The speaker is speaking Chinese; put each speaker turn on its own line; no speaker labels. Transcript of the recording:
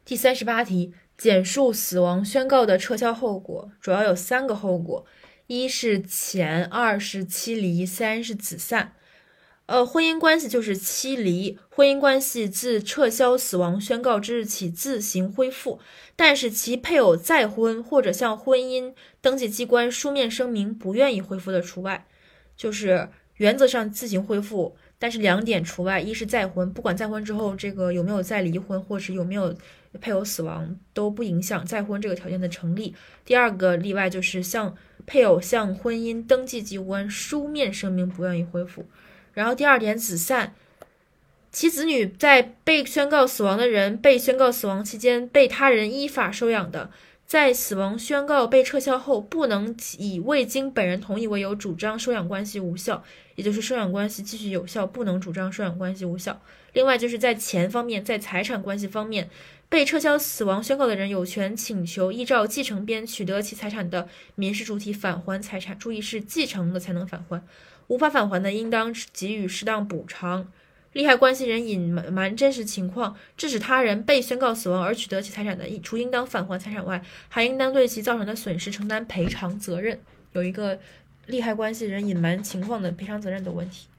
第38题，简述死亡宣告的撤销后果，主要有3个后果：一是钱，二是妻离，三是子散。婚姻关系就是妻离，婚姻关系自撤销死亡宣告之日起自行恢复，但是其配偶再婚或者向婚姻登记机关书面声明不愿意恢复的除外。就是原则上自行恢复，但是2点除外：一是再婚，不管再婚之后这个有没有再离婚，或是有没有配偶死亡，都不影响再婚这个条件的成立。第2个例外就是配偶向婚姻登记机关书面声明不愿意恢复。然后第2点，子散，其子女在被宣告死亡的人被宣告死亡期间被他人依法收养的，在死亡宣告被撤销后，不能以未经本人同意为由主张收养关系无效，也就是收养关系继续有效，不能主张收养关系无效。另外就是在钱方面，在财产关系方面，被撤销死亡宣告的人有权请求依照继承编取得其财产的民事主体返还财产，注意是继承的才能返还，无法返还的应当给予适当补偿。利害关系人隐瞒真实情况，致使他人被宣告死亡而取得其财产的，除应当返还财产外，还应当对其造成的损失承担赔偿责任。有一个利害关系人隐瞒情况的赔偿责任的问题。